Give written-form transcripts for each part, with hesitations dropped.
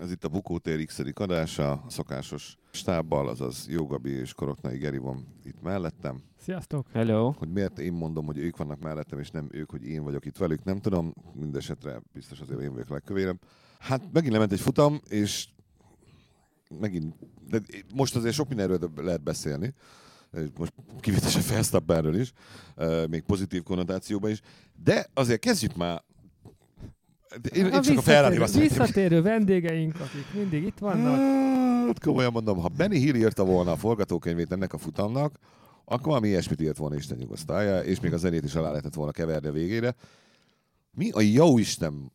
Ez itt a Bukótér X-edik adása, a szokásos stábbal, azaz Jó Gabi és Koroknai Geri van itt mellettem. Sziasztok! Hello! Hogy miért én mondom, hogy ők vannak mellettem, és nem ők, hogy én vagyok itt velük, nem tudom. Mindesetre biztos azért én vagyok legkövérebb. Hát megint lement egy futam, és megint, de most azért sok mindenről lehet beszélni. Most kivételesen Verstappenről is, még pozitív konnotációban is. De azért kezdjük már. Én csak a Ferrari-ra visszatérő vendégeink, akik mindig itt vannak. Hát komolyan mondom, ha Benny Hill írta volna a forgatókönyvét ennek a futamnak, akkor valami ilyesmit írt volna, Isten nyugosztalja, és még a zenét is alá lehetett volna keverni a végére. Mi a jó Isten?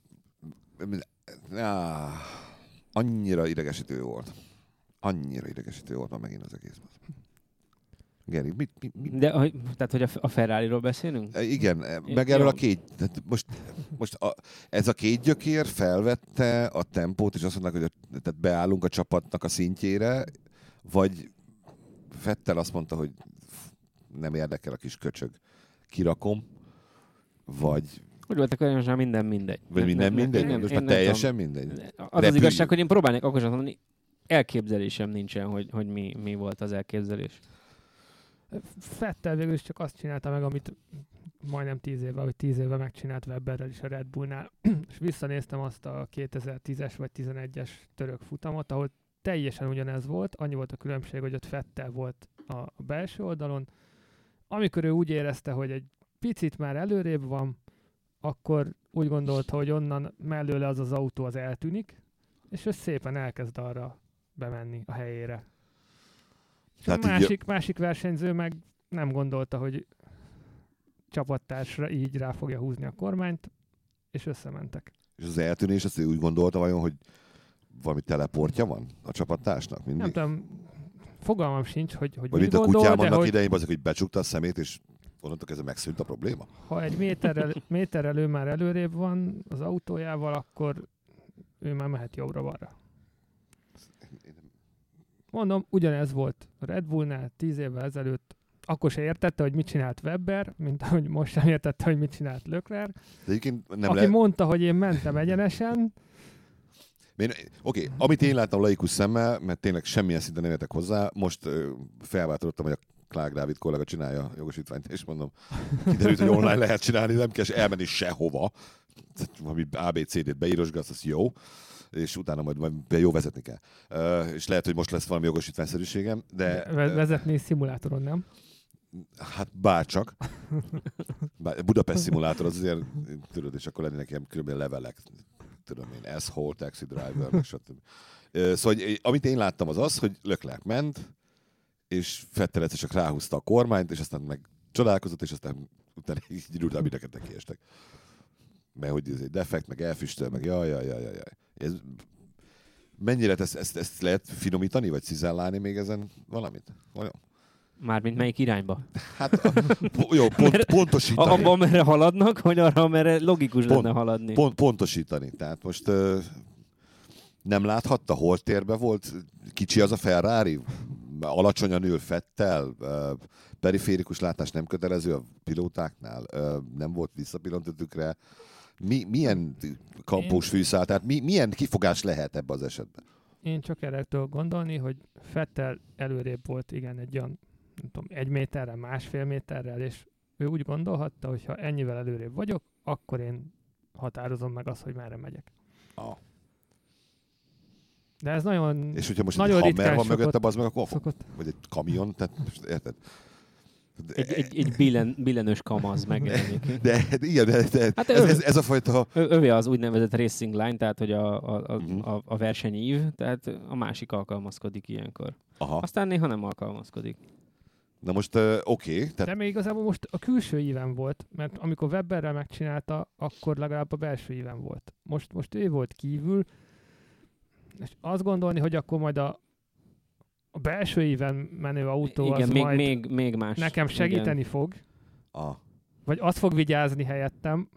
Annyira idegesítő volt. Annyira idegesítő volt már megint az egész. Geri, mit? De, tehát, hogy a Ferrari-ról beszélünk? Igen, meg erről a két... Ez a két gyökér felvette a tempót, és azt mondták, hogy tehát beállunk a csapatnak a szintjére, vagy Vettel azt mondta, hogy nem érdekel a kis köcsög, kirakom, vagy... Úgy voltak olyan, hogy minden mindegy. Vagy minden mindegy? Most már teljesen mindegy? Az igazság, hogy én próbálnék akkor sem mondani, elképzelésem nincsen, hogy mi volt az elképzelés. Vettel végül is csak azt csinálta meg, amit majdnem 10 éve megcsinált Webberrel is a Red Bullnál. És visszanéztem azt a 2010-es vagy 11-es török futamot, ahol teljesen ugyanez volt, annyi volt a különbség, hogy ott Vettel volt a belső oldalon. Amikor ő úgy érezte, hogy egy picit már előrébb van, akkor úgy gondolta, hogy onnan mellőle az autó az eltűnik, és ő szépen elkezd arra bemenni a helyére. A másik versenyző meg nem gondolta, hogy csapattársra így rá fogja húzni a kormányt, és összementek. És az eltűnés, azt ő úgy gondolta vajon, hogy valami teleportja van a csapattársnak mindig? Nem tudom, fogalmam sincs, hogy vagy mit mint a gondol, kutyám annak hogy... idején, azok, hogy becsukta a szemét, és onnantól kezdve megszűnt a probléma? Ha egy méterrel ő már előrébb van az autójával, akkor ő már mehet jobbra-balra. Mondom, ugyanez volt a Red Bullnál 10 évvel ezelőtt. Akkor se értette, hogy mit csinált Webber, mint ahogy most sem értette, hogy mit csinált Leclerc. Aki mondta, hogy én mentem egyenesen. Oké, amit én láttam laikus szemmel, mert tényleg semmilyen szinten nem értek hozzá, most felváltottam, hogy a Clark Dávid kollega csinálja a jogosítványt, és mondom, kiderült, hogy online lehet csinálni, nem kell elmenni sehova. Valami ABCD-t beírosgatsz, az jó, és utána majd jó vezetni kell. És lehet, hogy most lesz valami jogosítványszerűségem, de... Vezetni szimulátoron, nem? Hát bárcsak. Budapest szimulátor az azért, tudod, és akkor lennének ilyen különböző levelek, tudom én, asshole, taxi driver, stb. Szóval, amit én láttam az, hogy Leclerc ment, és Vettel egyszer csak ráhúzta a kormányt, és aztán meg csodálkozott, és aztán utána így utána mindenket kiestek. Mert hogy ez egy defekt, meg elfüstöl, meg jaj. Ez, mennyire ezt lehet finomítani, vagy cizellálni még ezen valamit? Olyan? Mármint melyik irányba? Hát, jó, pontosítani. Abban, amerre haladnak, vagy arra, amerre logikus lenne haladni? Pontosítani. Tehát most nem láthatta, hol térbe volt? Kicsi az a Ferrari? Alacsonyan ül Vettel? Periférikus látás nem kötelező a pilótáknál? Nem volt visszapillantőtükre? Milyen kampós fűszál? Tehát milyen kifogás lehet ebben az esetben? Én csak erre tudok gondolni, hogy Vettel előrébb volt, igen, egy olyan, nem tudom, 1 méterrel, 1,5 méterrel, és ő úgy gondolhatta, hogy ha ennyivel előrébb vagyok, akkor én határozom meg azt, hogy merre megyek. De ez nagyon és hogyha most nagyon egy Hammer van mögötte, az meg akkor vagy egy kamion, tehát érted? Egy billenős kamaz megjelenik. De hát ez a fajta... Övé az úgynevezett racing line, tehát hogy a versenyív, tehát a másik alkalmazkodik ilyenkor. Aha. Aztán néha nem alkalmazkodik. Na most oké. Tehát... De még igazából most a külső íven volt, mert amikor Webberrel megcsinálta, akkor legalább a belső íven volt. Most ő volt kívül, és azt gondolni, hogy akkor majd a belső íven menő autó igen, az még más. Nekem segíteni fog. Vagy azt fog vigyázni helyettem.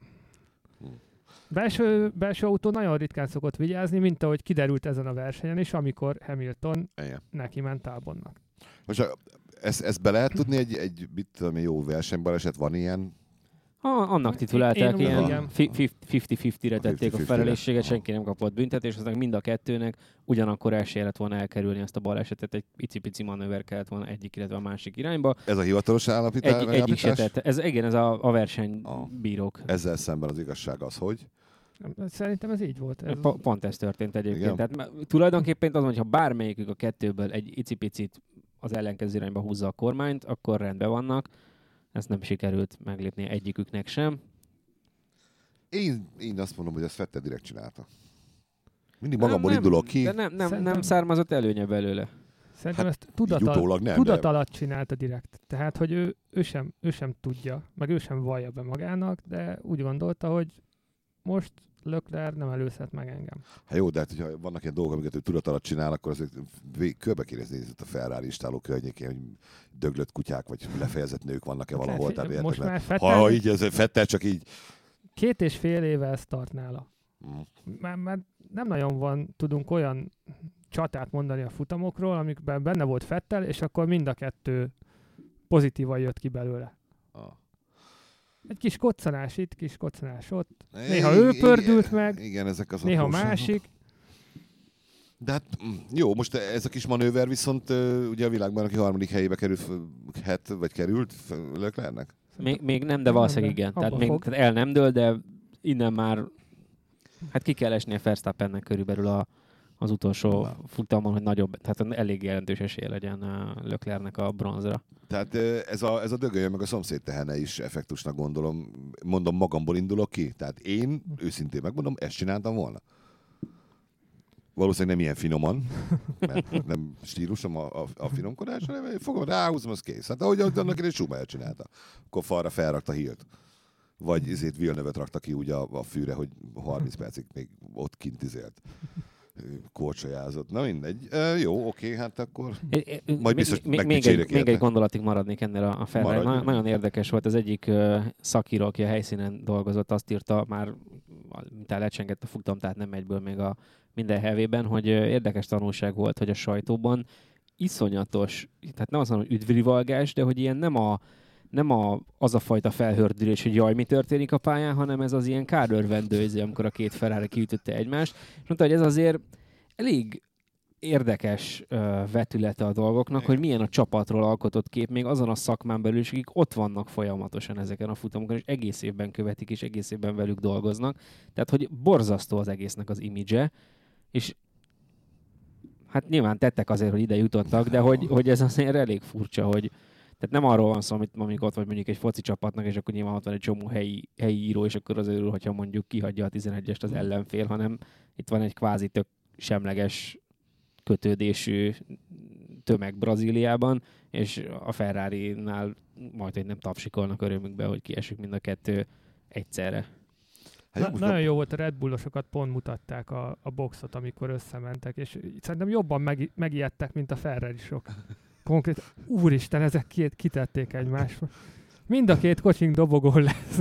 Belső autó nagyon ritkán szokott vigyázni, mint ahogy kiderült ezen a versenyen is, amikor Hamilton neki ment 3-ban. Most ezt be lehet tudni egy jó versenybaleset? Van ilyen, Annak titulálták, Én ilyen igen. 50-50-re tették a 50-50-re. felelősséget, senki nem kapott büntetést, aztán mind a kettőnek ugyanakkor esélye lett volna elkerülni azt a balesetet, egy icipici manőver kellett volna egyik, illetve a másik irányba. Ez a hivatalos Egyik se állapítás? tette. Ez a versenybírók. Ezzel szemben az igazság az, hogy Szerintem ez így volt. Ez Pont ez történt egyébként. Igen. Tehát tulajdonképpen az, hogyha bármelyikük a kettőből egy icipicit az ellenkező irányba húzza a kormányt, akkor rendben vannak. Ezt nem sikerült meglépni egyiküknek sem. én azt mondom, hogy ezt Vettel direkt csinálta. Mindig magamból indulok ki. De nem Szerintem- származott előnye belőle. Szerintem Hát, ezt így utólag nem, tudat de- alatt csinálta direkt. Tehát, hogy ő sem tudja, meg ő sem vallja be magának, de úgy gondolta, hogy most Leclerc nem előzhet meg engem. Hát jó, de hát, hogyha vannak ilyen dolgok, amiket ő tudat alatt csinál, akkor azért körbe kéne nézni a Ferrari istáló környékén, hogy döglött kutyák, vagy lefejezett nők vannak-e valahol. Tehát, Most érted, már mert Vettel ha így ez Vettel csak így... 2,5 éve start nála. Mm. Mert nem nagyon tudunk olyan csatát mondani a futamokról, amikben benne volt Vettel, és akkor mind a kettő pozitívan jött ki belőle. Ah. Egy kis koccanás itt, kis koccanás ott. Néha ő pördült meg, Igen, ezek az néha apróságok. másik. De hát jó, most ez a kis manőver viszont ugye a világban, aki harmadik helyébe került Leclercnek. Még nem, de valószínűleg igen. Tehát még tehát el nem dől, de innen már hát ki kell esnie Verstappennek körülbelül az utolsó futamon, hogy nagyobb, tehát elég jelentős esélye legyen Leclercnek a bronzra. Tehát ez a dögöljön meg a szomszéd tehene is effektusnak gondolom. Mondom, magamból indulok ki. Tehát én őszintén megmondom, ezt csináltam volna. Valószínűleg nem ilyen finoman, mert nem stílusom a finomkodás, hanem fogom, ráhúzom, az kész. Hát ahogy annak idején Schumacher csinálta. Akkor falra felrakta Hillt. Vagy ezért Villeneuve-t rakta ki úgy a fűre, hogy 30 percig még ott kint izélt. Korcsolyázott. Na mindegy. Jó, oké, hát akkor majd biztos még egy gondolatig maradnék ennél a Ferrari. Nagyon érdekes volt. Az egyik szakíró, aki a helyszínen dolgozott, azt írta már, mint lecsengett a futam, tehát nem egyből még a minden hevében, hogy érdekes tanulság volt, hogy a sajtóban iszonyatos, tehát nem azt mondom, hogy üdvrivalgás, de hogy ilyen nem az a fajta felhördülés, hogy jaj, mi történik a pályán, hanem ez az ilyen kárőrvendőző, amikor a két Ferrari kiütötte egymást. És mondta, hogy ez azért elég érdekes vetülete a dolgoknak, hogy milyen a csapatról alkotott kép, még azon a szakmán belül is, akik ott vannak folyamatosan ezeken a futamokon, és egész évben követik, és egész évben velük dolgoznak. Tehát, hogy borzasztó az egésznek az imidzse, és hát nyilván tettek azért, hogy ide jutottak, de hogy ez azért elég furcsa, hogy tehát nem arról van szó, amikor ott vagy mondjuk egy foci csapatnak, és akkor nyilván ott van egy csomó helyi író, és akkor az örül, hogyha mondjuk kihagyja a 11-est az ellenfél, hanem itt van egy kvázi tök semleges kötődésű tömeg Brazíliában, és a Ferrari-nál majd, hogy nem tapsikolnak örömükbe, hogy kiesik mind a kettő egyszerre. Hát nagyon jó volt, a Red Bullosokat pont mutatták a boxot, amikor összementek, és szerintem jobban megijedtek, mint a Ferrari-sok. Konkrétan, úristen, ezek kitették egymásra. Mind a két kocsink dobogón lesz.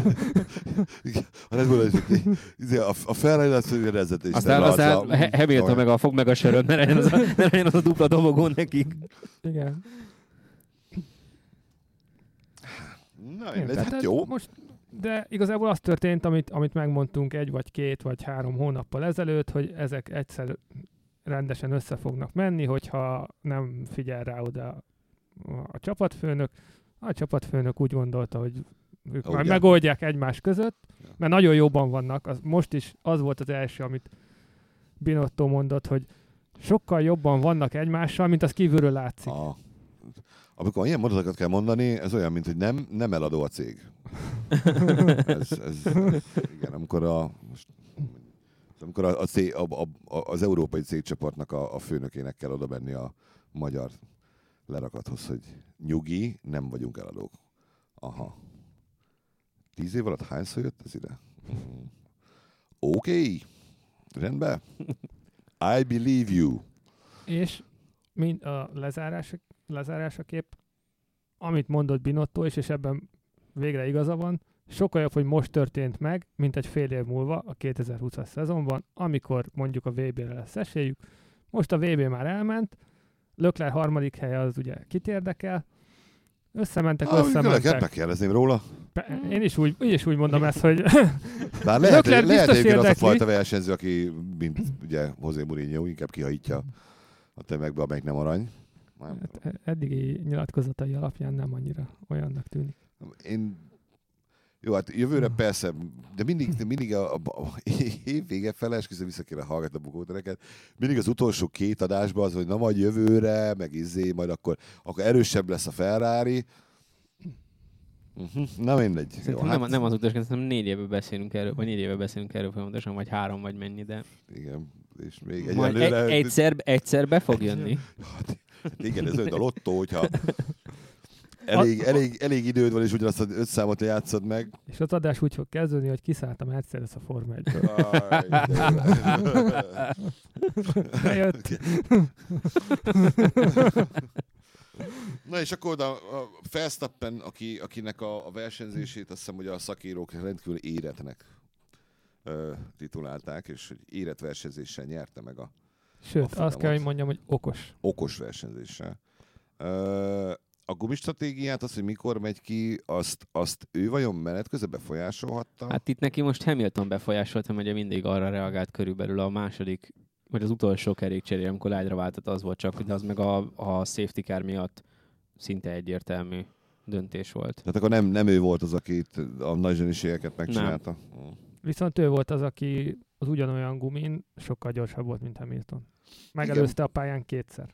A Ferrari lesz, hogy rezetés. Aztán Hamilton meg fog meg a söröm, ne legyen az a dupla dobogón nekik. Igen. Na, hát jó. Most, de igazából az történt, amit megmondtunk 1 vagy 2 vagy 3 hónappal ezelőtt, hogy ezek egyszer rendesen össze fognak menni, hogyha nem figyel rá oda a csapatfőnök. A csapatfőnök úgy gondolta, hogy ők már megoldják egymás között, mert nagyon jóban vannak. Most is az volt az első, amit Binotto mondott, hogy sokkal jobban vannak egymással, mint az kívülről látszik. Amikor ilyen mondatokat kell mondani, ez olyan, mint hogy nem eladó a cég. Igen, amikor az európai cégcsoportnak a főnökének kell oda menni a magyar lerakathoz, hogy nyugi, nem vagyunk eladók. Aha. 10 év alatt hányszor jött ez ide? Oké. Rendben. I believe you. És a lezárásaképp, amit mondott Binotto is, és ebben végre igaza van, sokkal jobb, hogy most történt meg, mint egy fél év múlva a 2020-as szezonban, amikor mondjuk a VB-re lesz esélyük. Most a VB már elment, Leclerc harmadik helye az ugye kit érdekel, Összementek. Megkérdezném róla. Én is úgy mondom ezt, hogy... Bár lehet egyébként az a fajta versenyző, aki, mint ugye José Mourinho, inkább kihajítja a tömegbe, amelyik nem arany. Hát, eddigi nyilatkozatai alapján nem annyira olyannak tűnik. Jó, hát jövőre persze, de mindig a év vége fele, esküszöm vissza kéne hallgatni a bukótereket, mindig az utolsó 2 adásban az, hogy na majd jövőre, meg majd akkor erősebb lesz a Ferrari. Na mindegy. Szerintem jó, nem az utolsó, szerintem 4 éve beszélünk erről, vagy 4 éve beszélünk erről folyamatosan, vagy 3 vagy mennyi, de... Igen, és még egyelőre... Egyszer be fog jönni. Igen, ez olyan a lottó, hogyha elég időd van, és ugyanazt az 5 számot játszod meg. És az adás úgy fog kezdődni, hogy kiszállt a Mercedes a Forma 1-ből. Bejött. Na és akkor a Verstappen, akinek a versenyzését azt hiszem, hogy a szakírók rendkívül éretnek titulálták, és hogy érett versenyzéssel nyerte meg a Sőt, azt kell, hogy mondjam, hogy okos. Okos versenyzéssel. A gumistratégiát, az, hogy mikor megy ki, azt ő vajon menet közben befolyásolhatta? Hát itt neki most Hamilton befolyásolta, mert ugye mindig arra reagált körülbelül a második, vagy az utolsó kerékcseré, amikor lágyra váltott, az volt csak, de az meg a safety car miatt szinte egyértelmű döntés volt. Tehát akkor nem ő volt az, aki a nagy zseniségeket megcsinálta? Nem. Viszont ő volt az, aki az ugyanolyan gumin sokkal gyorsabb volt, mint Hamilton. Megelőzte a pályán 2-szer.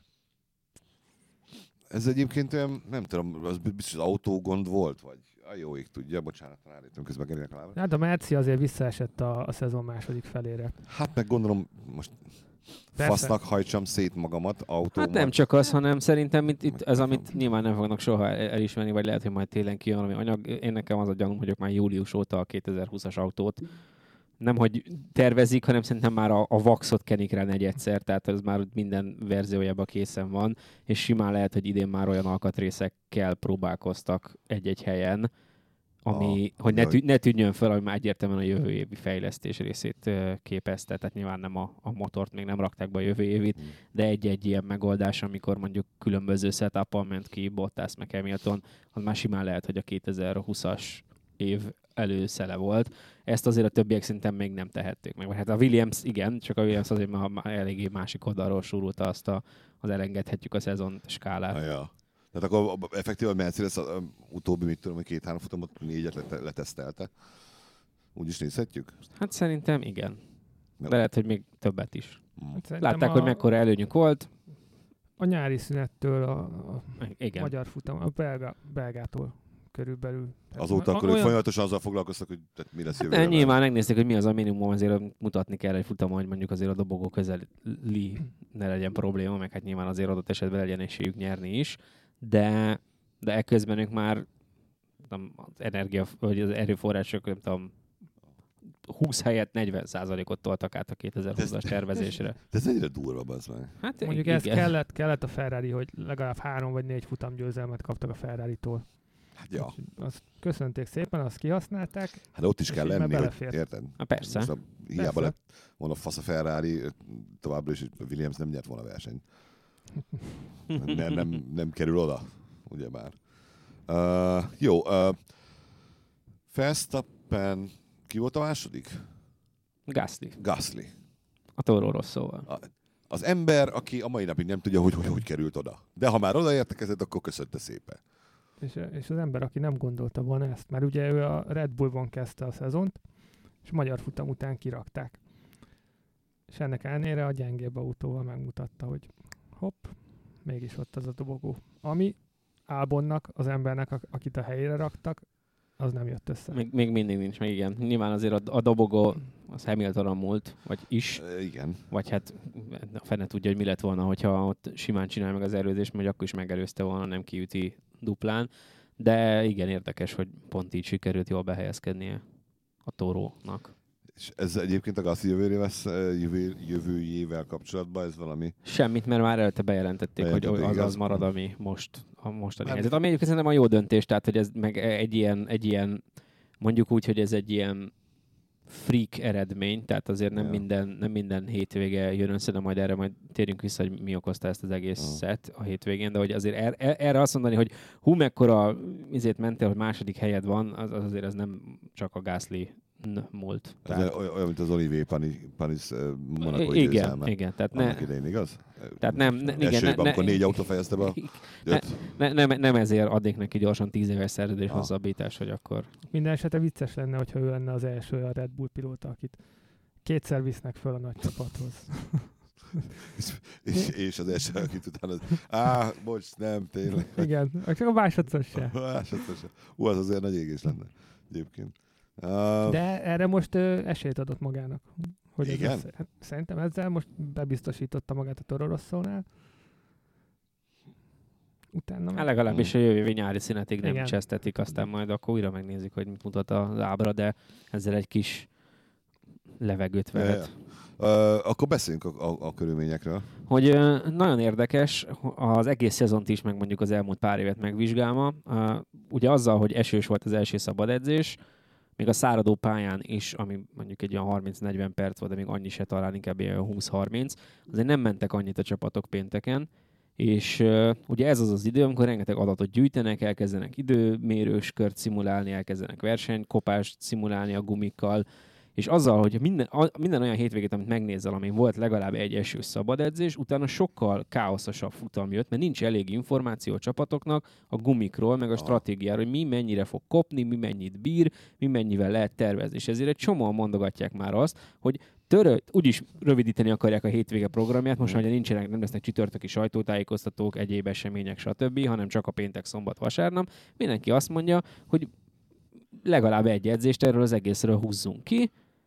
Ez egyébként olyan, nem tudom, az biztos az autó-gond volt, vagy a jó ég tudja, bocsánat, ráállítom közben Gerinek a lábra. Hát a Merci azért visszaesett a szezon második felére. Hát meg gondolom, most persze. Fasznak hajtsam szét magamat autómat. Hát nem csak az, hanem szerintem itt ez, amit nyilván nem fognak soha elismerni, vagy lehet, hogy majd télen kijön valami anyag. Én nekem az a gyanúm, hogy ők már július óta a 2020-as autót nem, hogy tervezik, hanem szerintem már a Vaxot kenik rá egyszer, tehát ez már minden verziójában készen van, és simán lehet, hogy idén már olyan alkatrészekkel próbálkoztak egy-egy helyen, ami, hogy ne tűnjön fel, hogy már egyértelműen a jövő évi fejlesztés részét képezte, tehát nyilván nem a motort még nem rakták be a jövő évit, de egy-egy ilyen megoldás, amikor mondjuk különböző setup-al ment ki Bottas meg Hamilton, az már simán lehet, hogy a 2020-as év előszele volt. Ezt azért a többiek szerintem még nem tehették meg. Hát a Williams igen, csak a Williams azért már eléggé másik oldalról súrulta azt az elengedhetjük a szezon skálát. Ja. Tehát akkor effektíven Mercedes utóbbi, mit tudom, 2-3 futamot 4-et letesztelte. Úgy is nézhetjük? Hát szerintem igen. De lehet, hogy még többet is. Hát látták, hogy mekkora előnyük volt. A nyári szünettől a igen. magyar futam, a belgától körülbelül. Azóta akkor folyamatosan azzal foglalkoztak, hogy mi lesz jövőre. Nyilván megnézték, hogy mi az a minimum, azért mutatni kell egy futamon, hogy mondjuk azért a dobogó közeli ne legyen probléma, meg hát nyilván azért adott esetben legyen esélyük nyerni is, de ekközben ők már az energia, vagy az erőforrások, nem tudom, 20 helyett 40%-ot toltak át a 2020-as tervezésre. De ez egyre durva, az meg. Hát mondjuk ez kellett a Ferrari, hogy legalább 3 vagy 4 futamgyőzelmet kaptak a Ferraritól. Hát ja. Azt köszönték szépen, azt kihasználták. Hát ott is kell lenni, hogy érted? Hát persze. Hiába lett volna fasz a Ferrari, továbbra is Williams nem nyert volna versenyt. nem kerül oda, ugyebár. Jó. Verstappen, ki volt a második? Gasly. A Toro Rosszóval. Az ember, aki a mai napig nem tudja, hogy került oda. De ha már odaértekezett, akkor köszönte szépen. És az ember, aki nem gondolta volna ezt, mert ugye ő a Red Bullban kezdte a szezont, és magyar futam után kirakták. És ennek ellenére a gyengébb autóval megmutatta, hogy hopp, mégis ott az a dobogó. Ami Albonnak, az embernek, akit a helyére raktak, az nem jött össze. Még mindig nincs meg, igen. Nyilván azért a dobogó az Hamiltonon múlt, vagy is. Igen. Vagy hát a fene tudja, hogy mi lett volna, hogyha ott simán csinálja meg az előzést, mert akkor is megelőzte volna, nem kiüti duplán. De igen, érdekes, hogy pont így sikerült jól behelyezkednie a Torónak. És ez egyébként a Gasly jövőjével kapcsolatban ez valami? Semmit, mert már előtte bejelentették, hogy az marad, ami mostani helyzet. Ami egyébként szerintem a jó döntés, tehát hogy ez meg egy ilyen mondjuk úgy, hogy ez egy ilyen freak eredmény, tehát azért nem minden hétvége jön össze, de majd térjünk vissza, hogy mi okozta ezt az egészet a hétvégén, de hogy azért erre azt mondani, hogy mekkora mentél, hogy második helyed van, az azért ez nem csak a Gasly múlt. Ez olyan, mint az Olivier Panis Monaco győzelme. Igen. Tehát annak idején, igaz? Tehát Elsőben, amikor 4 autó fejezte be nem ezért adnék neki gyorsan 10 éves szerződés hosszabbítás, hogy akkor... Minden esetre vicces lenne, hogyha ő lenne az első a Red Bull pilóta, akit kétszer visznek föl a nagy csapathoz. és az első, akit utána... bocs, nem, tényleg. Igen, csak a másodszor se. Az azért nagy égés lenne egyébként. De erre most esélyt adott magának. Hogy igen? Szerintem ezzel most bebiztosította magát a Toro Rosszónál. Utána legalábbis a jövő évi nyári szünetig nem csesztetik, aztán majd akkor újra megnézik, hogy mit mutat az ábra, de ezzel egy kis levegőt vehet. Akkor beszéljünk a körülményekről. Hogy nagyon érdekes, az egész szezont is, meg mondjuk az elmúlt pár évet megvizsgálva, ugye azzal, hogy esős volt az első szabad edzés, még a száradó pályán is, ami mondjuk egy olyan 30-40 perc volt, de még annyi se, talán inkább ilyen 20-30, azért nem mentek annyit a csapatok pénteken, és ugye ez az idő, amikor rengeteg adatot gyűjtenek, elkezdenek időmérős kört szimulálni, elkezdenek versenykopást szimulálni a gumikkal, és azzal, hogy minden olyan hétvégét, amit megnézel, amin volt legalább egy esős szabad edzés, utána sokkal káoszosabb futam jött, mert nincs elég információ a csapatoknak a gumikról, meg a stratégiáról, hogy mi mennyire fog kopni, mi mennyit bír, mi mennyivel lehet tervezni. És ezért egy csomóan mondogatják már azt, hogy úgyis rövidíteni akarják a hétvége programját, most már nem lesznek csütörtöki sajtótájékoztatók, egyéb események, stb., hanem csak a péntek, szombat, vasárnap. Mindenki azt mondja, hogy legalább egy edzést erről az egészről húzzunk ki,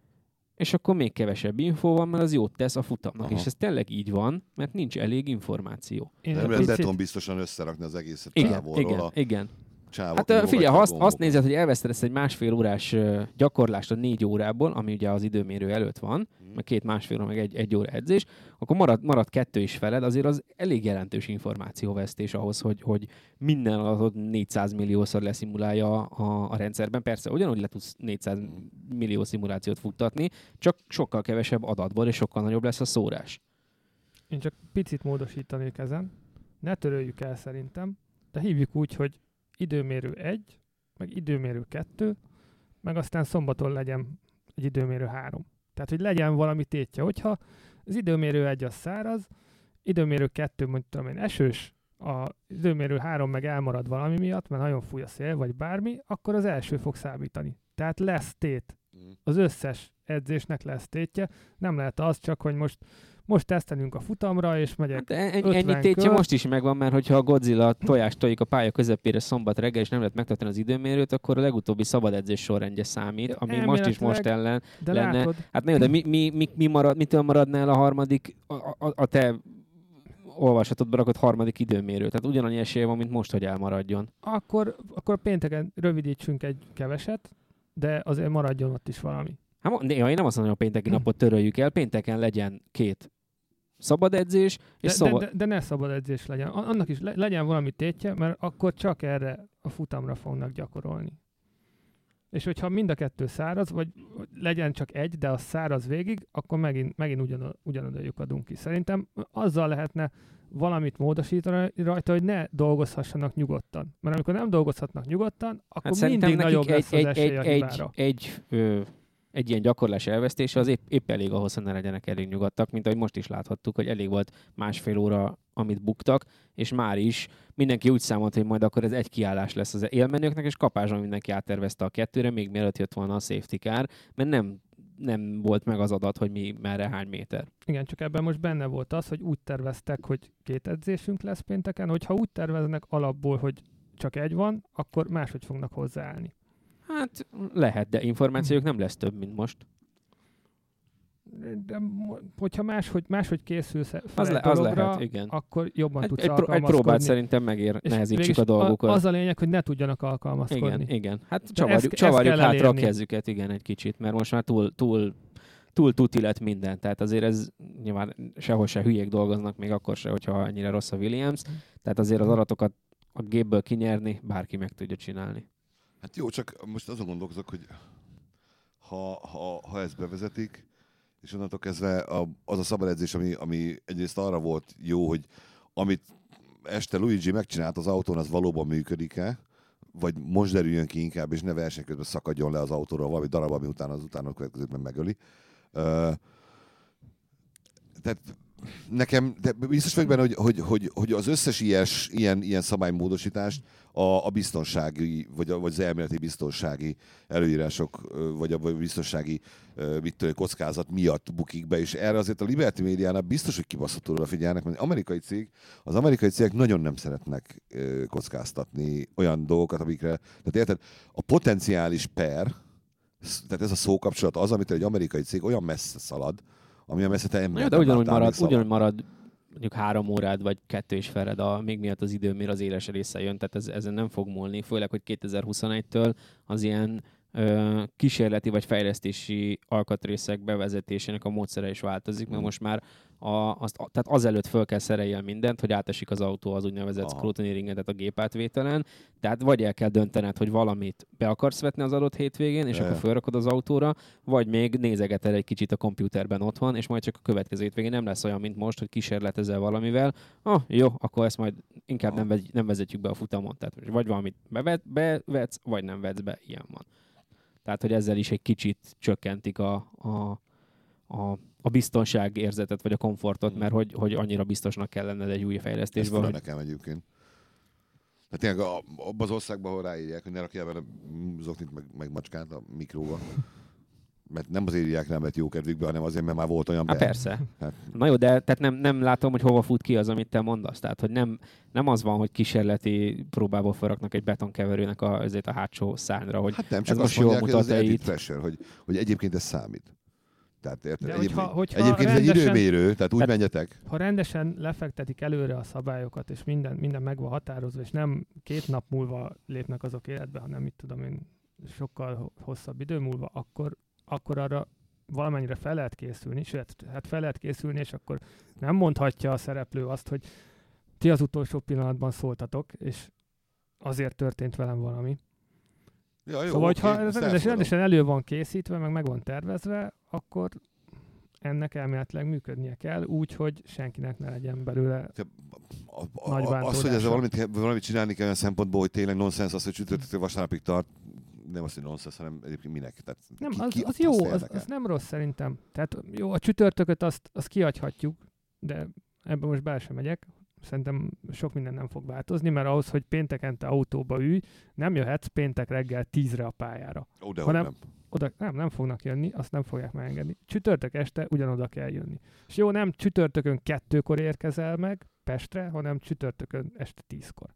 és akkor még kevesebb infó van, mert az jót tesz a futamnak. És ez tényleg így van, mert nincs elég információ. Nem lehet beton biztosan összerakni az egészet távolról. Igen. Hát figyelj, azt nézed, hogy elveszted ezt egy másfél órás gyakorlást a 4 órából, ami ugye az időmérő előtt van, meg 2,5 óra, meg egy óra edzés, akkor marad 2 is feled, azért az elég jelentős információvesztés ahhoz, hogy minden adatot 400 milliószor leszimulálja a rendszerben. Persze, ugyanúgy le tudsz 400 millió szimulációt futtatni, csak sokkal kevesebb adatból, és sokkal nagyobb lesz a szórás. Én csak picit módosítanék ezen. Ne töröljük el szerintem, de hívjuk úgy, hogy időmérő 1, meg időmérő 2, meg aztán szombaton legyen egy időmérő 3. Tehát, hogy legyen valami tétje. Hogyha az időmérő 1 az száraz, időmérő 2 mondjuk esős, az időmérő 3 meg elmarad valami miatt, mert nagyon fúj a szél, vagy bármi, akkor az első fog számítani. Tehát lesz tét. Az összes edzésnek lesz tétje. Nem lehet az csak, hogy most tesztelünk a futamra, és megyek ennyi tétje most is megvan, mert hogyha a Godzilla tojást tojik a pálya közepére szombat reggel, és nem lehet megtartani az időmérőt, akkor a legutóbbi szabad edzés sorrendje számít, ami most ellen lenne. Látod. Hát de mitől maradna el a harmadik, a te olvasatodba rakott harmadik időmérő? Tehát ugyanannyi esélye van, mint most, hogy elmaradjon. Akkor pénteken rövidítsünk egy keveset, de azért maradjon ott is valami. Hát, én nem azt mondom, hogy a pénteki napot töröljük el, pénteken legyen 2 szabad edzés, és de ne szabad edzés legyen. Annak is legyen valami tétje, mert akkor csak erre a futamra fognak gyakorolni. És hogyha mind a 2 száraz, vagy legyen csak egy, de az száraz végig, akkor megint ugyanoda lyukadunk ki. Szerintem azzal lehetne valamit módosítani rajta, hogy ne dolgozhassanak nyugodtan. Mert amikor nem dolgozhatnak nyugodtan, akkor mindig nagyobb lesz az esély a hibára. Egy ilyen gyakorlás elvesztése az épp elég ahhoz, hogy ne legyenek elég nyugodtak, mint ahogy most is láthattuk, hogy elég volt másfél óra, amit buktak, és már is mindenki úgy számolt, hogy majd akkor ez egy kiállás lesz az élmenőknek, és kapásban mindenki áttervezte a 2-re, még mielőtt jött volna a safety car, mert nem volt meg az adat, hogy merre hány méter. Igen, csak ebben most benne volt az, hogy úgy terveztek, hogy 2 edzésünk lesz pénteken, hogyha úgy terveznek alapból, hogy csak egy van, akkor máshogy fognak hozzáállni. Hát lehet, de információk nem lesz több, mint most. De hogyha máshogy készülsz fel az lehet, igen. akkor jobban tudsz alkalmazkodni. Egy próbát szerintem nehezítsük a dolgokat. Az a lényeg, hogy ne tudjanak alkalmazkodni. Igen. Hát csavarjuk hátra a kezüket, igen, egy kicsit, mert most már túl tuti lett minden. Tehát azért ez nyilván sehol se hülyék dolgoznak, még akkor se, hogyha ennyire rossz a Williams. Tehát azért az adatokat a gépből kinyerni bárki meg tudja csinálni. Hát jó, csak most azon gondolkozok, hogy ha ezt bevezetik, és onnantól kezdve az a szabad edzés, ami egyrészt arra volt jó, hogy amit este Luigi megcsinált az autón, az valóban működik-e, vagy most derüljön ki inkább, és ne verseny közben szakadjon le az autóról valami darab, ami utána a következőkben megöli. Tehát nekem, de biztos vagyok benne, hogy az összes ilyen szabálymódosítást a biztonsági, vagy az elméleti biztonsági előírások, vagy a biztonsági kockázat miatt bukik be, és erre azért a Liberty Médiánál biztos, hogy kibaszott oda figyelnek, mert az amerikai cégek nagyon nem szeretnek kockáztatni olyan dolgokat, amikre, tehát érted, a potenciális per, tehát ez a szókapcsolat az, amit egy amerikai cég olyan messze szalad, ami a messze te ember. De ugyanúgy marad mondjuk 3 órád, vagy 2,5 még miatt az idő, mire az éles része jön, tehát ezen nem fog múlni, főleg, hogy 2021-től az ilyen kísérleti vagy fejlesztési alkatrészek bevezetésének a módszere is változik, mert most már tehát azelőtt föl kell szereljen mindent, hogy átesik az autó az úgynevezett scrutineeringen, tehát a gépátvételen, tehát vagy el kell döntened, hogy valamit be akarsz vetni az adott hétvégén, és akkor fölrakod az autóra, vagy még nézegeted egy kicsit a kompjúterben otthon, és majd csak a következő hétvégén nem lesz olyan, mint most, hogy kísérletezel valamivel. Jó, akkor ezt majd inkább nem vezetjük be a futamon. Tehát vagy valamit bevetsz, vagy nem vetsz be, ilyen van. Tehát, hogy ezzel is egy kicsit csökkentik a biztonságérzetet, vagy a komfortot, mert hogy annyira biztosnak kell lenned egy új fejlesztésben. Ez nekem egyébként. Hát tényleg abban az országban, ahol ráírják, hogy ne rakjál vele zoknit meg macskát a mikróba. Mert nem azért írják rá, mert jó kedvükbe, hanem azért, mert már volt olyan persze. Hát. Na jó, de tehát nem látom, hogy hova fut ki az, amit te mondasz. Tehát, hogy nem az van, hogy kísérleti próbából felraknak egy betonkeverőnek azért a hátsó szárnyra, hogy hát nem, csak ez azt most jól mondják, mutat hogy ez pressure, hogy egyébként ez számít. Tehát érted? Hogyha egyébként ez egy időmérő, tehát úgy menjetek. Ha rendesen lefektetik előre a szabályokat, és minden meg van határozva, és nem 2 nap múlva lépnek azok életbe, hanem mit tudom én, sokkal hosszabb idő múlva, akkor arra valamennyire fel lehet készülni, sőt, hát fel lehet készülni, és akkor nem mondhatja a szereplő azt, hogy ti az utolsó pillanatban szóltatok, és azért történt velem valami. Ja, jó, szóval, ha ez rendesen elő van készítve, meg van tervezve, akkor ennek elméletileg működnie kell, úgy, hogy senkinek ne legyen belőle nagy bántódása. Az, hogy ezzel valamit csinálni kell olyan szempontból, hogy tényleg nonsens az, hogy csütörtöktől vasárnapig tart, nem azt, hogy nonsens, hanem egyébként minek. Tehát nem, az jó, az nem rossz szerintem. Tehát jó, a csütörtököt azt kihagyhatjuk, de ebben most bele sem megyek. Szerintem sok minden nem fog változni, mert ahhoz, hogy péntekente autóba ülj, nem jöhetsz péntek reggel 10-re a pályára. Oda nem fognak jönni, azt nem fogják megengedni. Csütörtök este ugyanoda kell jönni. És jó, nem csütörtökön 2-kor érkezel meg Pestre, hanem csütörtökön este 10-kor.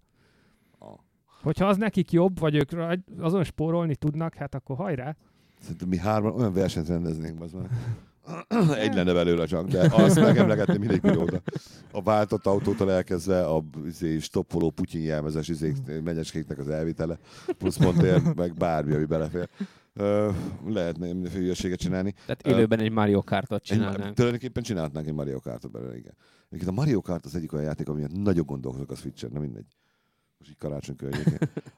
Hogyha az nekik jobb, vagy ők azon spórolni tudnak, hát akkor hajrá. Szerintem mi 3 olyan versenyt rendeznénk, az már. Egy lenne belőle csak, de azt megemlegetni mindig pilóta. A váltott autótól elkezdve a stoppoló Putyin jelmezes menyecskéknek az elvitele, plusz Montér, meg bármi, ami belefér. Lehetne hülyeséget csinálni. Tehát élőben egy Mario Kartot csinálnánk. Tulajdonképpen csinálhatnánk egy Mario Kartot belőle, igen. A Mario Kart az egyik olyan játék, ami nagyon gondolkozok a Switchen, nem mindegy. Most így karácsony környékén.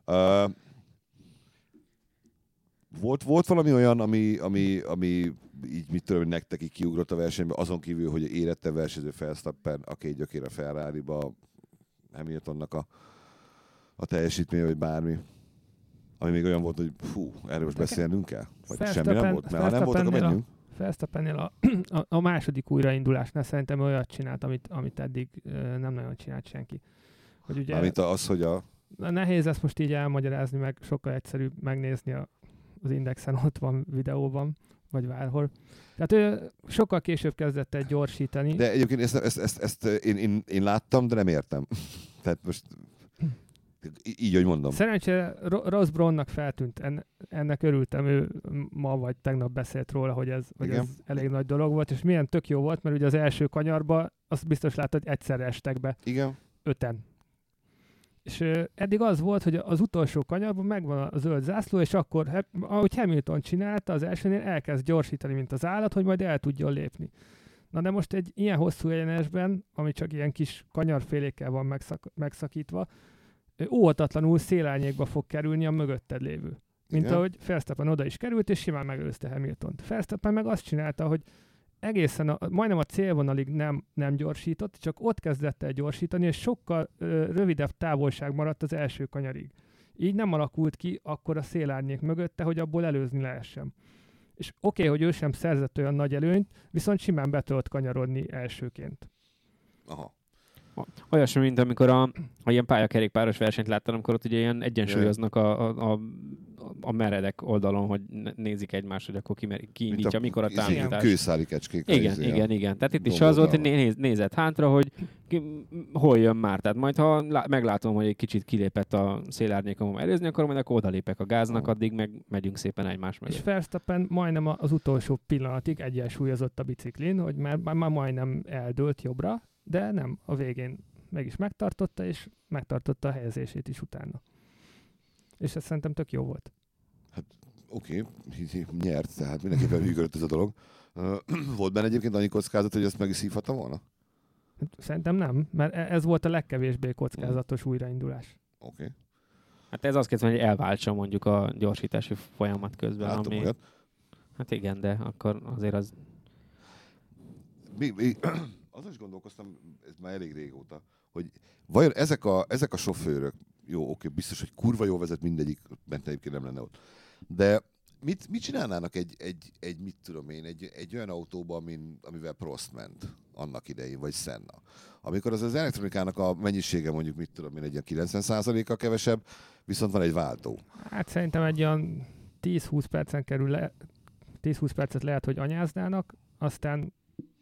Volt valami olyan, ami így mit tudom, nektek így kiugrott a versenyben, azon kívül, hogy érette versenyző Verstappen a 2 gyökér a Ferrari-ba, Hamiltonnak a teljesítmény, vagy bármi. Ami még olyan volt, hogy erről most beszélnünk kell? Vagy semmi nem volt? Mert ha nem volt, akkor menjünk. Verstappennél a második újraindulásnál szerintem olyat csinált, amit eddig nem nagyon csinált senki. Hogy ugye amit az, hogy nehéz ezt most így elmagyarázni, meg sokkal egyszerűbb megnézni az Indexen, ott van videóban, vagy bárhol. Tehát ő sokkal később kezdett el gyorsítani. De egyébként ezt én láttam, de nem értem. Tehát most így, hogy mondom. Szerencsére Ross Brownnak feltűnt, ennek örültem, ő ma vagy tegnap beszélt róla, hogy ez elég nagy dolog volt, és milyen tök jó volt, mert ugye az első kanyarba azt biztos láttad, hogy egyszerre estek be. Igen. 5-en. És eddig az volt, hogy az utolsó kanyarban megvan a zöld zászló, és akkor, ahogy Hamilton csinálta, az elsőnél elkezd gyorsítani, mint az állat, hogy majd el tudjon lépni. Na de most egy ilyen hosszú egyenesben, ami csak ilyen kis kanyarfélékkel van megszakítva, óhatatlanul szélárnyékba fog kerülni a mögötted lévő. mint igen. ahogy Verstappen oda is került, és simán megelőzte Hamiltont. Verstappen meg azt csinálta, hogy egészen majdnem a célvonalig nem gyorsított, csak ott kezdett el gyorsítani, és sokkal rövidebb távolság maradt az első kanyarig. Így nem alakult ki akkor a szélárnyék mögötte, hogy abból előzni lehessen. És oké, hogy ő sem szerzett olyan nagy előnyt, viszont simán be tudott kanyarodni elsőként. Aha. Olyasmi, mint amikor ha ilyen pályakerékpáros versenyt láttam, amikor ott ugye ilyen egyensúlyoznak a meredek oldalon, hogy nézik egymást, hogy akkor ki indítja, mikor a támítás. Kőszáli kecskék. Igen. Tehát itt is az volt, hogy nézett hátra, hogy hol jön már. Tehát majd, ha meglátom, hogy egy kicsit kilépett a szélárnyékomon előzni, akkor majd akkor odalépek a gáznak, addig meg megyünk szépen egymás mögé. És Verstappen majdnem az utolsó pillanatig egyensúlyozott a biciklin, hogy már majdnem eldőlt jobbra, de nem, a végén meg is megtartotta, és megtartotta a helyezését is utána. És ez szerintem tök jó volt. Hát oké, nyert, tehát mindenképpen működött ez a dolog. Volt benne egyébként annyi kockázat, hogy ezt meg is szívhatta volna? Szerintem nem, mert ez volt a legkevésbé kockázatos újraindulás. Oké. Hát ez azt kérdezem, hogy elváltsa mondjuk a gyorsítási folyamat közben. Láttam olyat. Hát igen, de akkor azért az... Azon is gondolkoztam, ez már elég régóta, hogy vajon ezek a sofőrök, jó, oké, biztos, hogy kurva jól vezet mindegyik, mert egyébként nem lenne ott. De mit csinálnának egy olyan autóban, amivel Prost ment annak idején, vagy Senna? Amikor az elektronikának a mennyisége mondjuk, egy ilyen 90%-kal kevesebb, viszont van egy váltó. Hát szerintem egy olyan 10-20 percen 10-20 percet lehet, hogy anyáznának, aztán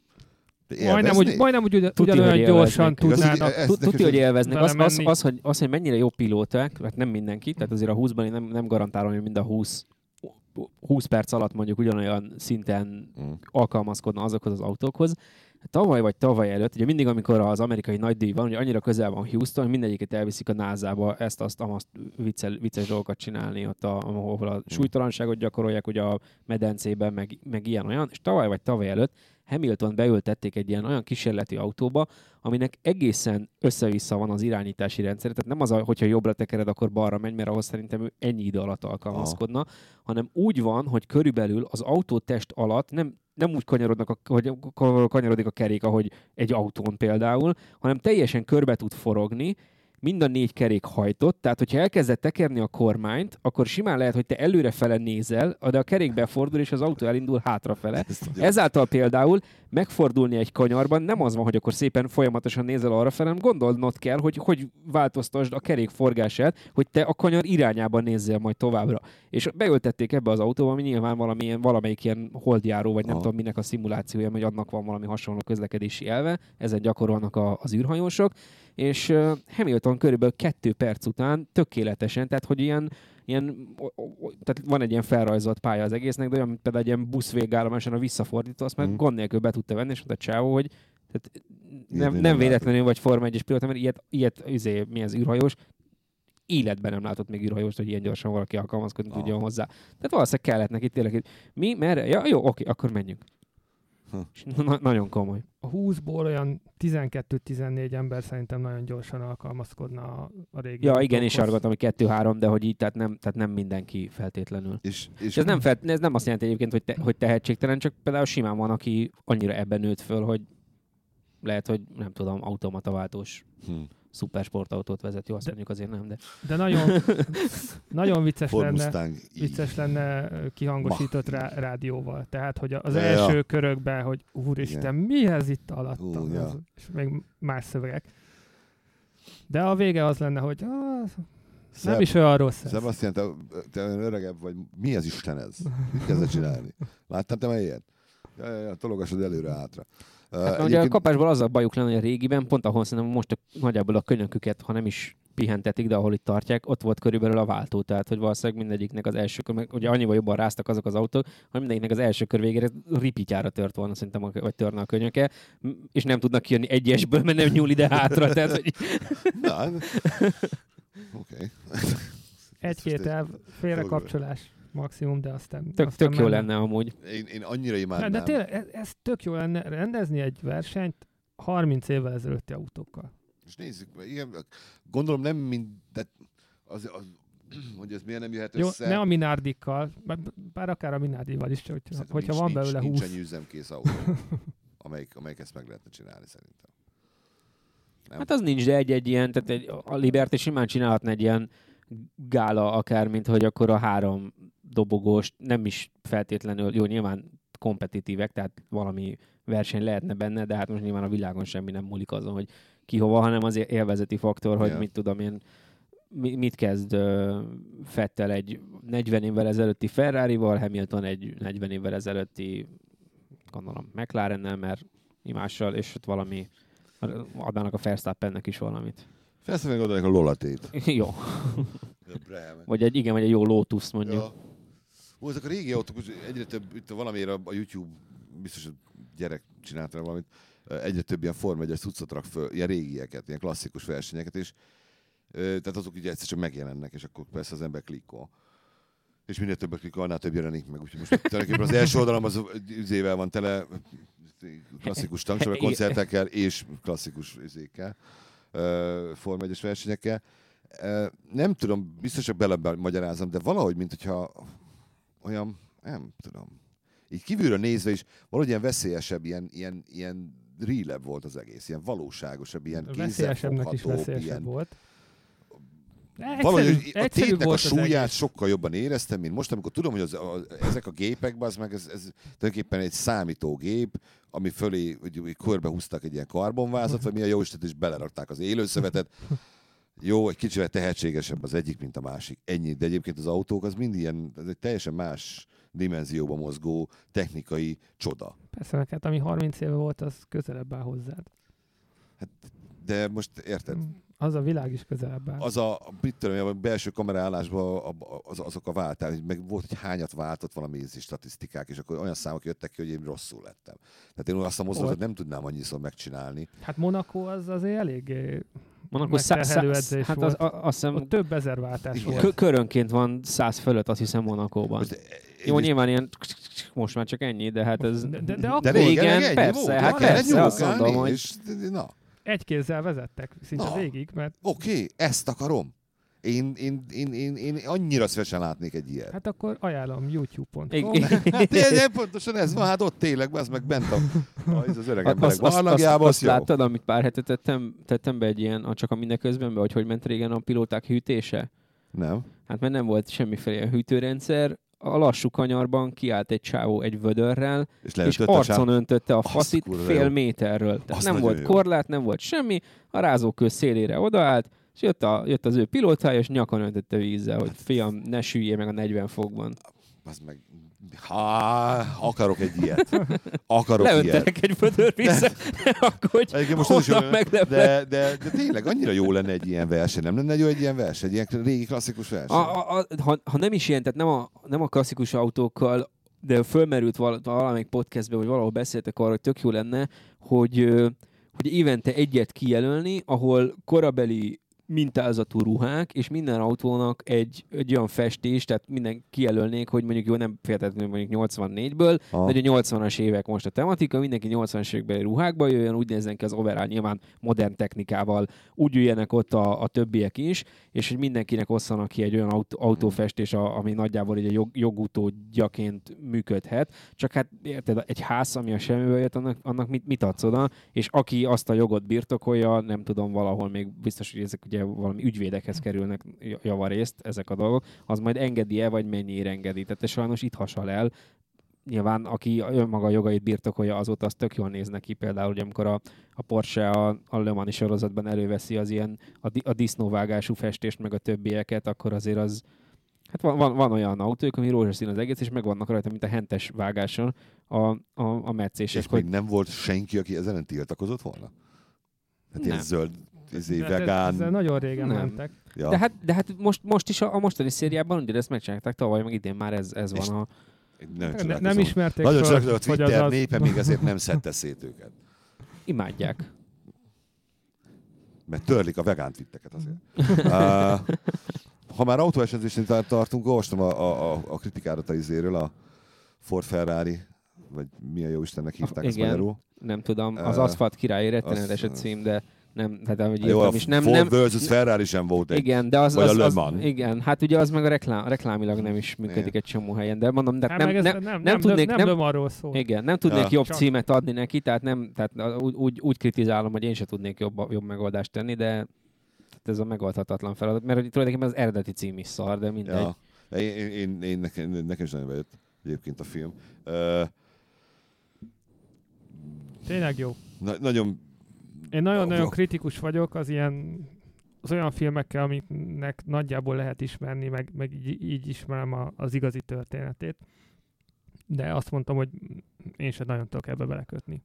majdnem ugyanolyan gyorsan tudnának. Tudja, hogy élveznek. Az, hogy mennyire jó pilóták, mert nem mindenki, tehát azért a 20-ban én nem garantálom, hogy mind a 20 perc alatt mondjuk ugyanolyan szinten alkalmazkodna azokhoz az autókhoz. Tavaly előtt, ugye mindig, amikor az amerikai nagydíj van, ugye annyira közel van Houston, hogy mindegyiket elviszik a NASA-ba ezt, vicces dolgokat csinálni, ott ahol a súlytalanságot gyakorolják, ugye a medencében, meg ilyen-olyan, és tavaly előtt Hamilton beültették egy ilyen olyan kísérleti autóba, aminek egészen össze-vissza van az irányítási rendszer. Tehát nem az, hogyha jobbra tekered, akkor balra megy, mert ahhoz szerintem ő ennyi idő alatt alkalmazkodna, hanem úgy van, hogy körülbelül az autótest alatt nem úgy kanyarodik a kerék, ahogy egy autón például, hanem teljesen körbe tud forogni, mind a 4 kerék hajtott, tehát hogyha elkezded tekerni a kormányt, akkor simán lehet, hogy te előrefele nézel, de a kerék befordul, és az autó elindul hátrafele. Ezáltal például megfordulni egy kanyarban nem az van, hogy akkor szépen folyamatosan nézel arrafele, hanem gondolnod kell, hogy változtasd a kerék forgását, hogy te a kanyar irányában nézzél majd továbbra. És beültették ebbe az autóba, ami nyilván valamelyik ilyen holdjáró, vagy nem tudom minek a szimulációja, hogy annak van valami hasonló közlekedési elve, ezen gyakorolnak az űrhajósok, és Hamilton körülbelül 2 perc után tökéletesen, tehát hogy ilyen tehát van egy ilyen felrajzolt pálya az egésznek, de olyan, mint például egy ilyen buszvégállomáson a visszafordító, azt meg gond nélkül be tudta venni, és mondta Csávó, hogy nem véletlenül vagy Forma 1-es pilóta, mert ilyet mi az űrhajós, életben nem látott még űrhajóst, hogy ilyen gyorsan valaki alkalmazkodni tudjon hozzá. Tehát valószínűleg kellett neki tényleg, mi, merre? Ja, jó, oké, akkor menjünk. Nagyon komoly. A 20-ból olyan 12-14 ember szerintem nagyon gyorsan alkalmazkodna a régi. Ja, igen, és argatom, hogy 2-3, de hogy így, tehát nem mindenki feltétlenül. És ez nem azt jelenti egyébként, hogy tehetségtelen, csak például simán van, aki annyira ebben nőtt föl, hogy lehet, hogy nem tudom, automataváltós szupersportautót vezet. Jó, azt mondjuk azért nem, de nagyon vicces lenne kihangosított rádióval. Tehát, hogy az első körökben, hogy úristen, mi ez itt alattam? És még más szövegek. De a vége az lenne, hogy nem is olyan rossz ez. Sebastian, te öregebb vagy, mi az Isten ez? Mit kezdett csinálni? Láttál te már ilyet? Tologassad előre-hátra. Hát, ugye a kapásból az a bajuk lenne, hogy a régiben, pont ahol szerintem most nagyjából a könyöküket, ha nem is pihentetik, de ahol itt tartják, ott volt körülbelül a váltó, tehát hogy valószínűleg mindegyiknek az első kör, ugye annyival jobban ráztak azok az autók, hogy mindegyiknek az első kör végére ripityára tört volna szerintem, vagy törne a könyöke, és nem tudnak kijönni egyesből, mert nem nyúl ide hátra, tehát hogy... Oké. Egy-két elv, félrekapcsolás maximum, de aztán tök jó lenne amúgy. Én annyira imádnám. De tényleg, ez tök jó lenne rendezni egy versenyt 30 évvel ezelőtti autókkal. És nézzük, igen, gondolom nem mind, de hogy ez miért nem jöhet Jó, össze. ne a Minardikkal, bár akár a Minardival is, hogyha van belőle 20. Nincs üzemkész autó, amelyik ezt meg lehetne csinálni szerintem. Nem? Hát az nincs, de egy ilyen, tehát a Liberty simán csinálhatna egy ilyen gála akár, mint hogy akkor a 3 dobogós, nem is feltétlenül, jó, nyilván kompetitívek, tehát valami verseny lehetne benne, de hát most nyilván a világon semmi nem múlik azon, hogy ki hova, hanem az élvezeti faktor, hogy mit tudom én, mit kezd Vettel egy 40 évvel ezelőtti Ferrarival, Hamilton egy 40 évvel ezelőtti, gondolom, McLarennel, mert imással, és ott valami, adnának a Verstappennek is valamit. Felszemben gondolják a Lolatét. Jó. Vagy egy jó Lotus mondjuk. Ja. Ezek a régi autók, egyre több, itt valamiért a YouTube, biztos a gyerek csinálta valamit, egyre több ilyen Forma 1-es cuccot rak föl, ilyen régieket, ilyen klasszikus versenyeket, és tehát azok ugye egyszer csak megjelennek, és akkor persze az ember klikkol. És minél többet klikkol, annál több jelenik meg. Úgyhogy most tulajdonképpen az első oldalam az üzével van tele, klasszikus tanksorok koncertekkel és klasszikus üzékkel, Forma 1-es versenyekkel. Nem tudom, biztos csak belemagyarázom, de valahogy, mint hogyha olyan, nem tudom, így kívülről nézve is valahogy ilyen veszélyesebb, ilyen real-ebb volt az egész, ilyen valóságosabb, ilyen veszélyesebbnek is veszélyesebb volt. Valahogy a tétnek a súlyát sokkal jobban éreztem, mint most, amikor tudom, hogy ezek a gépek, ez tulajdonképpen egy számítógép, ami fölé körbehúztak egy ilyen karbonvázat, vagy milyen jó Isten, és belerakták az élőszövetet. Jó, egy kicsivel tehetségesebb az egyik, mint a másik. Ennyi, de egyébként az autók az mind ilyen, ez egy teljesen más dimenzióba mozgó technikai csoda. Persze, hát ami 30 éve volt, az közelebb áll hozzád. Hát, de most érted? Az a világ is közelebb áll. Az a belső kameraállásban azok a váltál, meg volt, hogy hányat váltott valami statisztikák, és akkor olyan számok jöttek ki, hogy én rosszul lettem. Tehát én azt a mozdulatot nem tudnám annyiszor megcsinálni. Hát Monaco az azért elég megterhelő edzés hát volt. Azt hiszem, ott több ezer váltás volt. Körönként van 100 fölött, azt hiszem Monacóban. Jó, nyilván ilyen most már csak ennyi, de hát ez... De régen persze, hát persze, azt mondom, hogy... Egy kézzel vezettek szinte végig, mert... Oké, ezt akarom. Én annyira szívesen látnék egy ilyet. Hát akkor ajánlom youtube.com. Hát pontosan ez van, hát ott tényleg, az meg bent az öreg emberek barlangjába, azt láttad, amit pár hete tettem be egy ilyen, csak a mindeközben be, hogy ment régen a pilóták hűtése? Nem. Hát mert nem volt semmiféle hűtőrendszer, a lassú kanyarban kiállt egy csávó egy vödörrel, és arcon öntötte a faszit fél méterről. Tehát nem volt korlát, nem volt semmi, a rázókő szélére odaállt, és jött az ő pilótája, és nyakon öntötte vízzel, hogy fiam, ne süllyél meg a 40 fokban. Az meg... akarok egy ilyet. Leöntenek egy vödörvízzel, akkor de tényleg annyira jó lenne egy ilyen verseny. Nem lenne jó egy ilyen verseny, egy ilyen régi klasszikus verseny? Ha nem is ilyen, tehát nem a klasszikus autókkal, de fölmerült valamelyik podcastben, vagy valahol beszéltek arra, hogy tök jó lenne, hogy évente egyet kijelölni, ahol korabeli mintázatú ruhák, és minden autónak egy olyan festés, tehát minden kijelölnék, hogy mondjuk jó, nem feltétlenül mondjuk 84-ből, de hogy a 80-as évek most a tematika, mindenki 80-as évekbeli ruhákba jöjjön, úgy nézzen ki az overall nyilván modern technikával, úgy jöjjenek ott a többiek is, és hogy mindenkinek osszanak ki egy olyan autófestés, ami nagyjából egy jogutódjaként működhet. Csak hát érted, egy ház, ami a semmiből jött, annak mit adsz oda, és aki azt a jogot birtokolja, nem tudom, valahol még biztos, hogy ezek ugye valami ügyvédekhez kerülnek javarészt ezek a dolgok, az majd engedi-e, vagy mennyire engedi. Tehát sajnos itt hasal el. Nyilván, aki önmaga jogait birtokolja, azóta az tök jól néz neki. Például, hogy amikor a Porsche a Le Mans-i sorozatban előveszi az ilyen a disznóvágású festést, meg a többieket, akkor azért az... Hát van olyan autók, ami rózsaszín az egész, és megvannak rajta, mint a hentes vágáson a meccések. És még nem volt senki, aki ezen ellen tiltakozott volna? Hát ilyen zöld vegán... Ezzel nagyon régen mentek. Ja. De hát most is a mostani szériában ugye ezt megcsinálták, tavaly meg idén már ez van a... Nem ismerték nagyon fel, hogy a Twitter népe még azért nem szedte szét őket. Imádják. Mert törlik a vegán twitteket azért. Ha már autóversenyzésnél tartunk, olvastam a kritikárat a izéről, a Ford Ferrari, vagy milyen jó Istennek hívták ezt magyarul. Nem tudom, az Aszfalt királyi rettenetes a cím, de tehát ahogy Jó, írtam is. Ford versus Ferrari sem volt egy. Igen, de vagy a Le Mans. igen, hát ugye az meg a reklámilag nem is működik egy csomó helyen, de mondom, de nem tudnék... Nem Le Mansról szól. Igen, nem tudnék jobb Csak címet adni neki, tehát úgy kritizálom, hogy én se tudnék jobb megoldást tenni, de ez a megoldhatatlan feladat, mert tulajdonképpen az eredeti cím is szar, de mindegy. Ja. Nekem is nagyon bejött egyébként a film. Tényleg jó. Nagyon... Én nagyon kritikus vagyok az olyan filmekkel, amiknek nagyjából lehet ismerni, meg így ismerem az igazi történetét. De azt mondtam, hogy én sem nagyon tudok ebbe belekötni.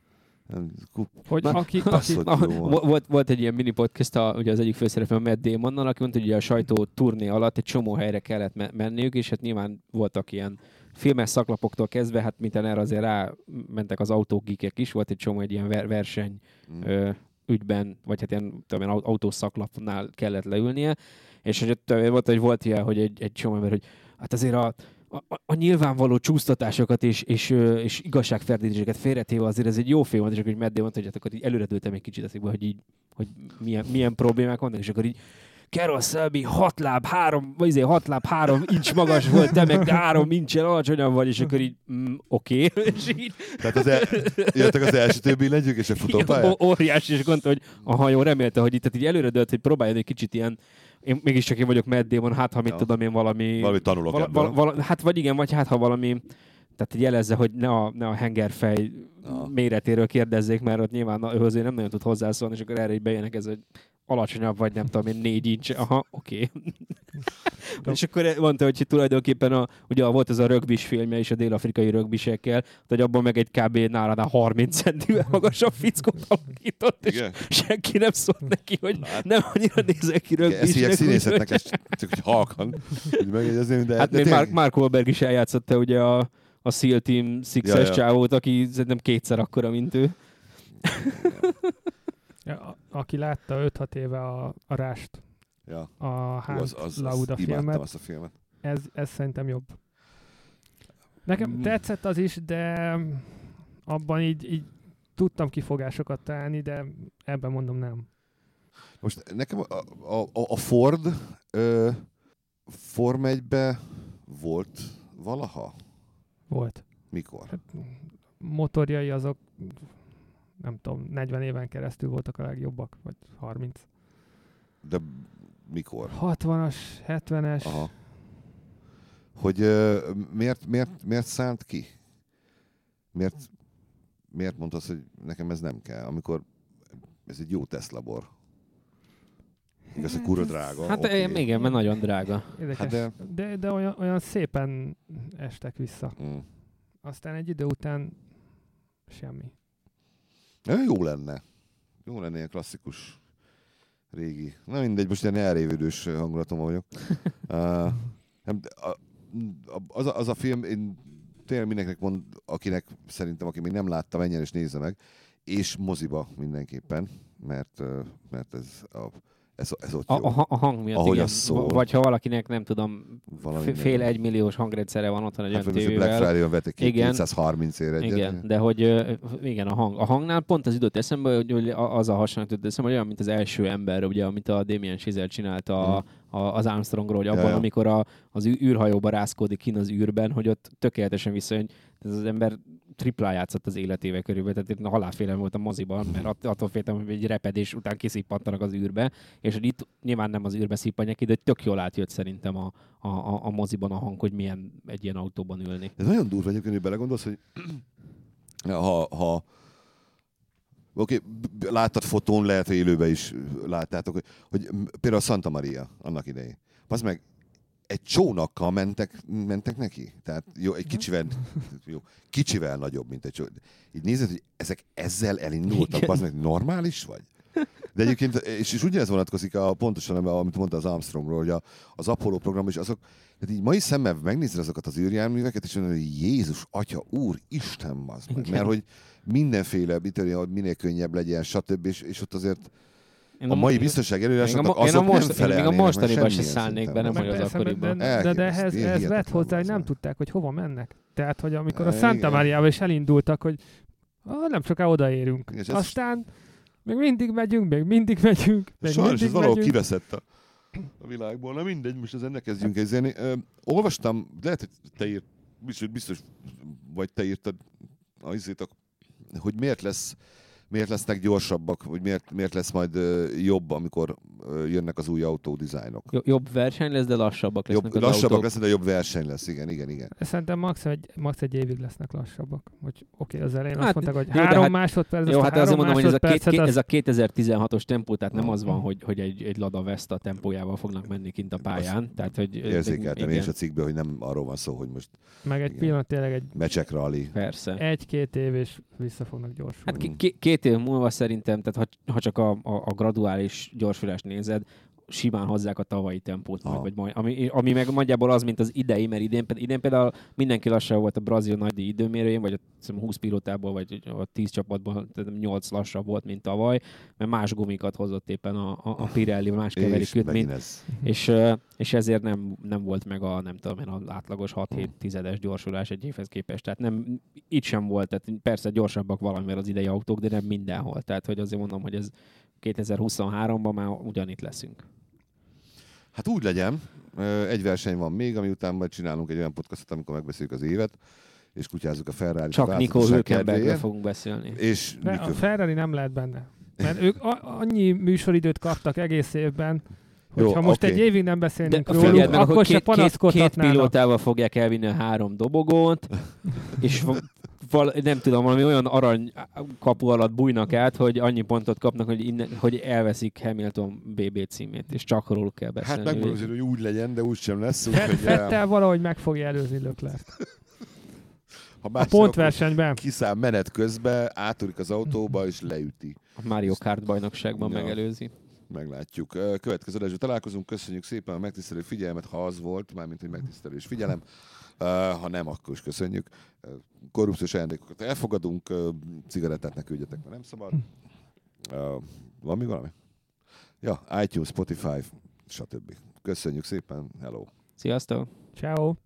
Volt egy ilyen mini podcast, ugye az egyik főszereplő a Matt Damonnal, aki mondta, hogy a sajtó turné alatt egy csomó helyre kellett menniük, és hát nyilván voltak ilyen filmes szaklapoktól kezdve, hát minden erre azért rámentek az autógikek is, volt egy csomó egy ilyen verseny ügyben, vagy hát ilyen autószaklapnál kellett leülnie, és hogy volt ilyen, hogy egy csomó ember, hogy hát azért a nyilvánvaló csúsztatásokat és igazságferdítéseket félretéve azért ez egy jó film volt, és akkor így Matt Damon mondta, hogy hát akkor így előredültem egy kicsit eszébe, hogy milyen problémák vannak, és akkor így Carroll Shelby 6 láb 3 inch magas volt, te meg 3 inch alacsonyan vagy, és akkor így oké. Tehát jöttek az első több billentyűk, és a futópálya? Óriási, és gondolta, hogy a hajó remélte, hogy itt így előredőlt, hogy próbáljon egy kicsit ilyen, mégiscsak én vagyok Matt Damon, hát ha mit tudom én valami tanulok ebből. Hát vagy igen, vagy hát ha valami, tehát jelezze, hogy ne a hengerfej méretéről kérdezzék, mert ott nyilván ő azért nem nagyon tud hozzászólni, és akkor erre így bejönnek ez, hogy alacsonyabb vagy, nem tudom én, 4 inch. Aha, oké. És akkor mondta, hogy tulajdonképpen ugye volt ez a rögbis filmje is a dél-afrikai rögbisekkel, hogy abban meg egy kb. Nálad 30 centivel magasabb fickót alakított, és senki nem szólt neki, hogy nem annyira nézek ki rögbisnek. Ezt hívják színészetnek, csak hogy halkan. Hát még Mark Wahlberg is eljátszotta ugye a SEAL Team 6-es csávót, aki szerintem 2-szer akkora, mint ő. Ja, aki látta 5-6 éve a Rást, a Hans Lauda filmet, azt a filmet. Ez szerintem jobb. Nekem tetszett az is, de abban így tudtam kifogásokat találni, de ebben mondom nem. Most nekem a Ford Form 1-be volt valaha? Volt. Mikor? Hát, motorjai azok nem tudom, 40 éven keresztül voltak a legjobbak, vagy 30. De mikor? 60-as, 70-es. Aha. Hogy miért szállt ki? Miért mondtad, hogy nekem ez nem kell, amikor ez egy jó tesztlabor? Igaz, hogy kurva drága. Hát igen, mert nagyon drága. Hát de olyan szépen estek vissza. Aztán egy idő után semmi. Jó lenne. Jó lenne ilyen klasszikus régi. Na mindegy, most ilyen elrévődős hangulatom vagyok. Az a film, én tényleg mindenkinek mond, akinek szerintem, aki még nem látta, menjen és nézze meg. És moziba mindenképpen, mert ez ott jó. A hang miatt, ahogy igen. Szól. Vagy ha valakinek, nem tudom, fél 1 milliós hangrendszere van otthon egy olyan tévével. Black Friday-on vettek 230 ér egyet. Igen, de hogy igen, a hangnál pont az időt eszembe, hogy az a hasonlít jutott eszembe, hogy olyan, mint az első ember, ugye, amit a Damien Chazelle csinálta az Armstrongról, hogy abban, amikor az űrhajóba rázkódik kint az űrben, hogy ott tökéletesen visszajön, ez az ember triplán játszott az életével körülbelül, tehát én halálfélem volt a moziban, mert attól féltem, hogy egy repedés után kiszippantanak az űrbe, és hogy itt nyilván nem az űrbe szippanják ki, de tök jól átjött szerintem a moziban a hang, hogy milyen egy ilyen autóban ülni. Ez nagyon durva egyébként, hogy belegondolsz, hogy ha oké, láttad fotón, lehet, hogy élőben is láttátok, hogy például a Santa Maria annak idején. Az meg egy csónakkal mentek neki. Tehát jó, egy kicsivel nagyobb, mint egy csónak. Így nézed, hogy ezek ezzel elindultak, az meg normális vagy? De egyébként, és ugyanez vonatkozik pontosan, amit mondta az Armstrongról, hogy az Apollo program is azok, tehát így mai szemmel megnézed azokat az űrjárműveket, és mondod, hogy Jézus, Atya, Úr, Isten, az meg. Mert hogy mindenféle, hogy minél könnyebb legyen, stb. És ott azért a mai biztonság előírásoknak azok nem felelnének. Még a mostaniban se szállnék be, nem hogy az akkoriban. De ehhez vett hozzá, hogy nem tudták, hogy hova mennek. Tehát, hogy amikor a Santa Mariával is elindultak, hogy nem soká odaérünk. Aztán Még mindig megyünk. Sajnos ez valahol kiveszett a világból. Na mindegy, most ezen ne kezdjünk ezzelni. Olvastam, lehet, hogy biztos vagy te írtad hogy miért lesznek gyorsabbak, vagy miért lesz majd jobb, amikor jönnek az új autódizájnok. Jobb verseny lesz, de lassabbak lesznek az lassabbak autók. lesznek, de jobb verseny lesz, igen. Szerintem max. egy évig lesznek lassabbak. Oké, az elején Hát, azt mondták, hogy jó, 3 másodperc. Jó, hát azért mondom, hogy ez a 2016-os tempó, tehát nem Aha. az van, hogy egy Lada Vesta tempójával fognak menni kint a pályán. Tehát, hogy Érzékeltem én is a cikkből, hogy nem arról van szó, hogy most meg egy pillanat tényleg egy mecsek rally. Persze. 1-2 év és vissza fognak gyorsulni. Hát 2 év múlva szerintem, tehát ha csak a graduális gyorsulást nézed, simán hozzák a tavalyi tempót, ami meg nagyjából az, mint az idei, mert idén például mindenki lassabb volt a brazil nagydíj időmérőjén, vagy a 20 pilótából, vagy a 10 csapatból, tehát 8 lassabb volt, mint tavaly, mert más gumikat hozott éppen a Pirelli, más keverikűt, és ezért nem volt meg az átlagos 6-7 tizedes gyorsulás egy évhez képest. Tehát nem, itt sem volt, tehát persze gyorsabbak valamivel az idei autók, de nem mindenhol. Tehát, hogy azért mondom, hogy ez 2023-ban már ugyanitt leszünk. Hát úgy legyen. Egy verseny van még, ami után majd csinálunk egy olyan podcastot, amikor megbeszéljük az évet, és kutyázzuk a Ferrari-t. Csak Nico Hülkenbergről fogunk beszélni. De a Ferrari nem lehet benne. Mert ők annyi műsoridőt kaptak egész évben, hogyha most egy évig nem beszélnénk róluk, akkor se panaszkodhatnának. Két pilótával fogják elvinni a 3 dobogót, és nem tudom, valami olyan arany kapu alatt bújnak át, hogy annyi pontot kapnak, hogy elveszik Hamilton BB címét, és csak róluk kell beszélni. Hát megmondom, hogy úgy legyen, de úgy sem lesz. Vettel valahogy meg fogja előzni Leclerc. A pontversenyben. Kiszáll menet közben, áturik az autóba, és leüti. A Mario Kart bajnokságban megelőzi. Meglátjuk. Következő adásban találkozunk. Köszönjük szépen a megtisztelő figyelmet, ha az volt, mármint, hogy megtisztelő és figyelem. Ha nem, akkor is köszönjük. Korrupciós ajándékokat elfogadunk, cigarettát ne küldjetek, mert nem szabad. Van még valami? Ja, iTunes, Spotify, stb. Köszönjük szépen, hello! Sziasztok! Ciao.